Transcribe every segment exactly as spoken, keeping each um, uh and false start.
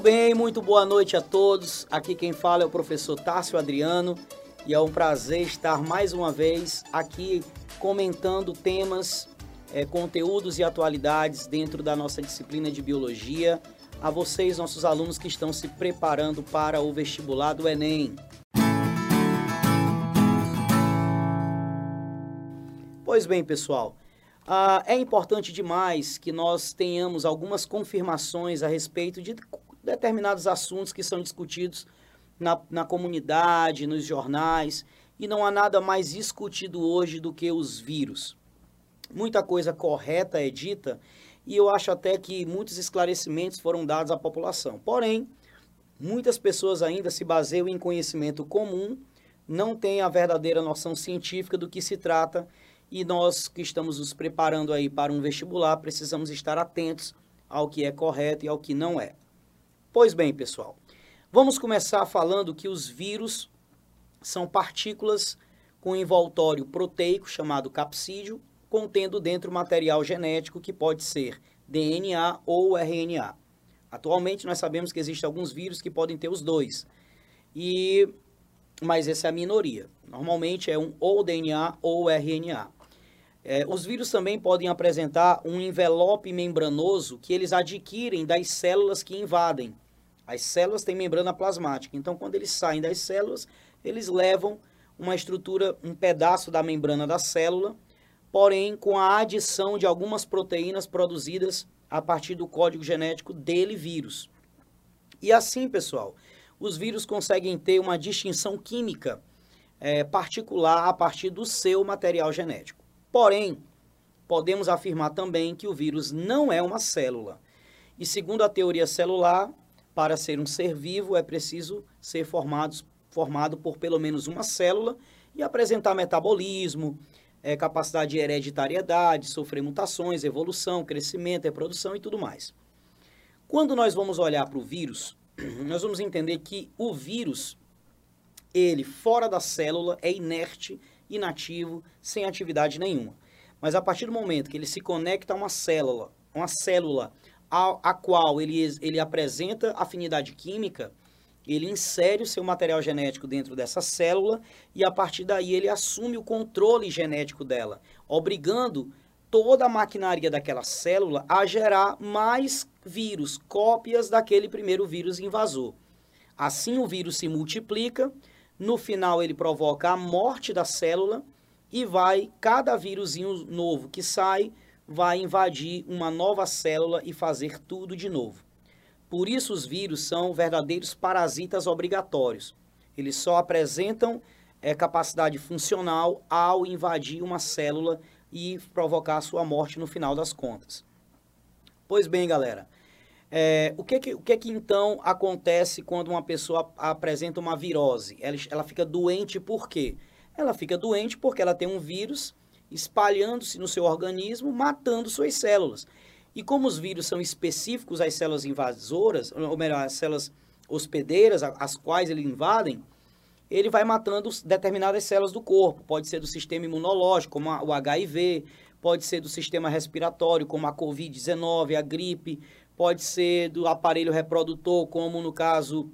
bem, muito boa noite a todos. Aqui quem fala é o professor Tárcio Adriano e é um prazer estar mais uma vez aqui comentando temas, é, conteúdos e atualidades dentro da nossa disciplina de Biologia. A vocês, nossos alunos que estão se preparando para o vestibular do Enem. Pois bem, pessoal, uh, é importante demais que nós tenhamos algumas confirmações a respeito de determinados assuntos que são discutidos na, na comunidade, nos jornais, e não há nada mais discutido hoje do que os vírus. Muita coisa correta é dita e eu acho até que muitos esclarecimentos foram dados à população. Porém, muitas pessoas ainda se baseiam em conhecimento comum, não têm a verdadeira noção científica do que se trata. E nós que estamos nos preparando aí para um vestibular, precisamos estar atentos ao que é correto e ao que não é. Pois bem, pessoal, vamos começar falando que os vírus são partículas com envoltório proteico, chamado capsídeo, contendo dentro material genético que pode ser D N A ou R N A. Atualmente nós sabemos que existem alguns vírus que podem ter os dois, e... mas essa é a minoria. Normalmente é um ou D N A ou R N A. É, os vírus também podem apresentar um envelope membranoso que eles adquirem das células que invadem. As células têm membrana plasmática, então quando eles saem das células, eles levam uma estrutura, um pedaço da membrana da célula, porém com a adição de algumas proteínas produzidas a partir do código genético dele vírus. E assim, pessoal, os vírus conseguem ter uma distinção química é, particular a partir do seu material genético. Porém, podemos afirmar também que o vírus não é uma célula. E segundo a teoria celular, para ser um ser vivo é preciso ser formado, formado por pelo menos uma célula e apresentar metabolismo, é, capacidade de hereditariedade, sofrer mutações, evolução, crescimento, reprodução e tudo mais. Quando nós vamos olhar para o vírus, nós vamos entender que o vírus, ele fora da célula, é inerte, inativo, sem atividade nenhuma. Mas a partir do momento que ele se conecta a uma célula, uma célula a, a qual ele, ele apresenta afinidade química, ele insere o seu material genético dentro dessa célula e a partir daí ele assume o controle genético dela, obrigando toda a maquinaria daquela célula a gerar mais vírus, cópias daquele primeiro vírus invasor. Assim o vírus se multiplica, no final ele provoca a morte da célula e vai, cada vírusinho novo que sai, vai invadir uma nova célula e fazer tudo de novo. Por isso os vírus são verdadeiros parasitas obrigatórios. Eles só apresentam é, capacidade funcional ao invadir uma célula e provocar a sua morte no final das contas. Pois bem, galera, é, o, que que, o que que então acontece quando uma pessoa apresenta uma virose? Ela, ela fica doente por quê? Ela fica doente porque ela tem um vírus espalhando-se no seu organismo, matando suas células. E como os vírus são específicos às células invasoras, ou melhor, às células hospedeiras, as quais ele invadem, ele vai matando determinadas células do corpo. Pode ser do sistema imunológico, como o H I V, pode ser do sistema respiratório, como a covid dezenove, a gripe, pode ser do aparelho reprodutor, como no caso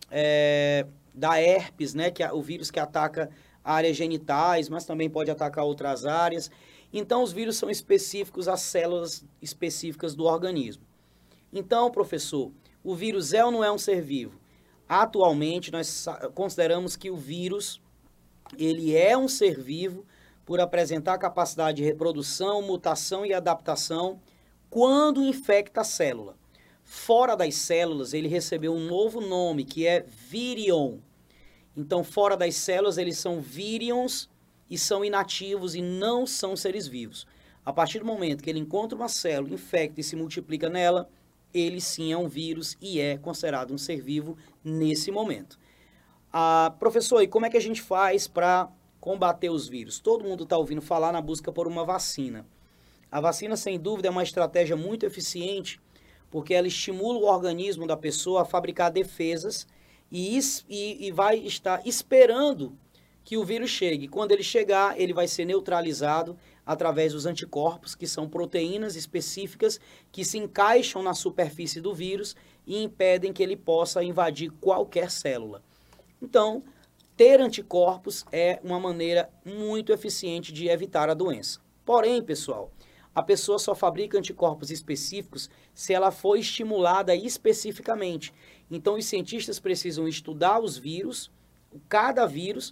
é, da herpes, né, que é o vírus que ataca áreas genitais, mas também pode atacar outras áreas. Então, os vírus são específicos às células específicas do organismo. Então, professor, o vírus é ou não é um ser vivo? Atualmente, nós consideramos que o vírus, ele é um ser vivo por apresentar capacidade de reprodução, mutação e adaptação quando infecta a célula. Fora das células, ele recebeu um novo nome, que é virion. Então, fora das células, eles são vírions e são inativos e não são seres vivos. A partir do momento que ele encontra uma célula, infecta e se multiplica nela, ele sim é um vírus e é considerado um ser vivo nesse momento. Ah, professor, e como é que a gente faz para combater os vírus? Todo mundo está ouvindo falar na busca por uma vacina. A vacina, sem dúvida, é uma estratégia muito eficiente, porque ela estimula o organismo da pessoa a fabricar defesas e, e, e vai estar esperando que o vírus chegue. Quando ele chegar, ele vai ser neutralizado, através dos anticorpos, que são proteínas específicas que se encaixam na superfície do vírus e impedem que ele possa invadir qualquer célula. Então, ter anticorpos é uma maneira muito eficiente de evitar a doença. Porém, pessoal, a pessoa só fabrica anticorpos específicos se ela for estimulada especificamente. Então, os cientistas precisam estudar os vírus, cada vírus,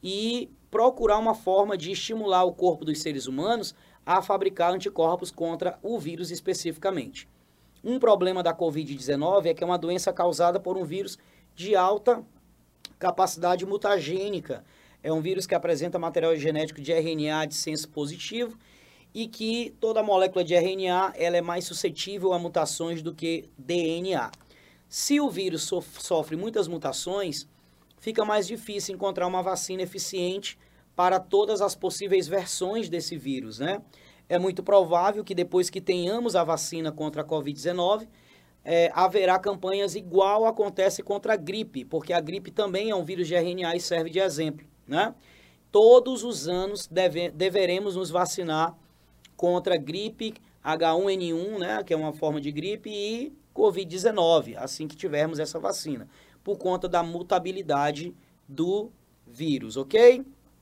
e procurar uma forma de estimular o corpo dos seres humanos a fabricar anticorpos contra o vírus especificamente. Um problema da covid dezenove é que é uma doença causada por um vírus de alta capacidade mutagênica. É um vírus que apresenta material genético de R N A de senso positivo e que toda molécula de R N A ela é mais suscetível a mutações do que D N A. Se o vírus so- sofre muitas mutações, fica mais difícil encontrar uma vacina eficiente para todas as possíveis versões desse vírus, né? É muito provável que depois que tenhamos a vacina contra a covid dezenove, é, haverá campanhas igual acontece contra a gripe, porque a gripe também é um vírus de R N A e serve de exemplo, né? Todos os anos deve, deveremos nos vacinar contra gripe H um N um, né, que é uma forma de gripe, e covid dezenove, assim que tivermos essa vacina, por conta da mutabilidade do vírus, ok?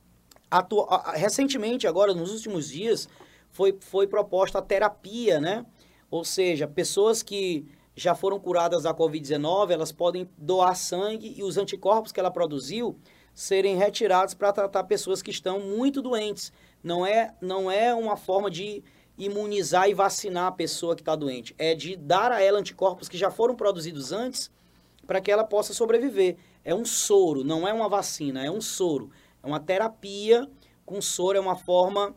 Atu- Recentemente, agora, nos últimos dias, foi, foi proposta a terapia, né? Ou seja, pessoas que já foram curadas da covid dezenove, elas podem doar sangue e os anticorpos que ela produziu serem retirados para tratar pessoas que estão muito doentes. Não é, não é uma forma de imunizar e vacinar a pessoa que está doente. É de dar a ela anticorpos que já foram produzidos antes para que ela possa sobreviver. É um soro, não é uma vacina, é um soro. É uma terapia com soro, é uma forma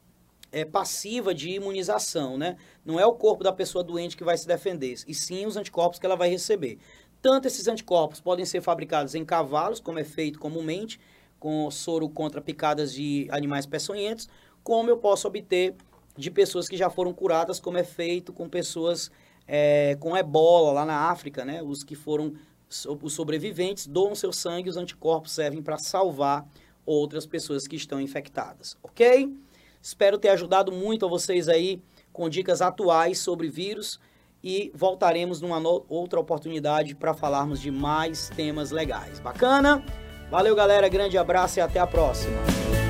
é, passiva de imunização, né? Não é o corpo da pessoa doente que vai se defender, e sim os anticorpos que ela vai receber. Tanto esses anticorpos podem ser fabricados em cavalos, como é feito comumente, com soro contra picadas de animais peçonhentos, como eu posso obter de pessoas que já foram curadas, como é feito com pessoas é, com ebola lá na África, né? Os que foram, os sobreviventes doam seu sangue, os anticorpos servem para salvar outras pessoas que estão infectadas, ok? Espero ter ajudado muito a vocês aí com dicas atuais sobre vírus e voltaremos numa no- outra oportunidade para falarmos de mais temas legais. Bacana? Valeu, galera. Grande abraço e até a próxima.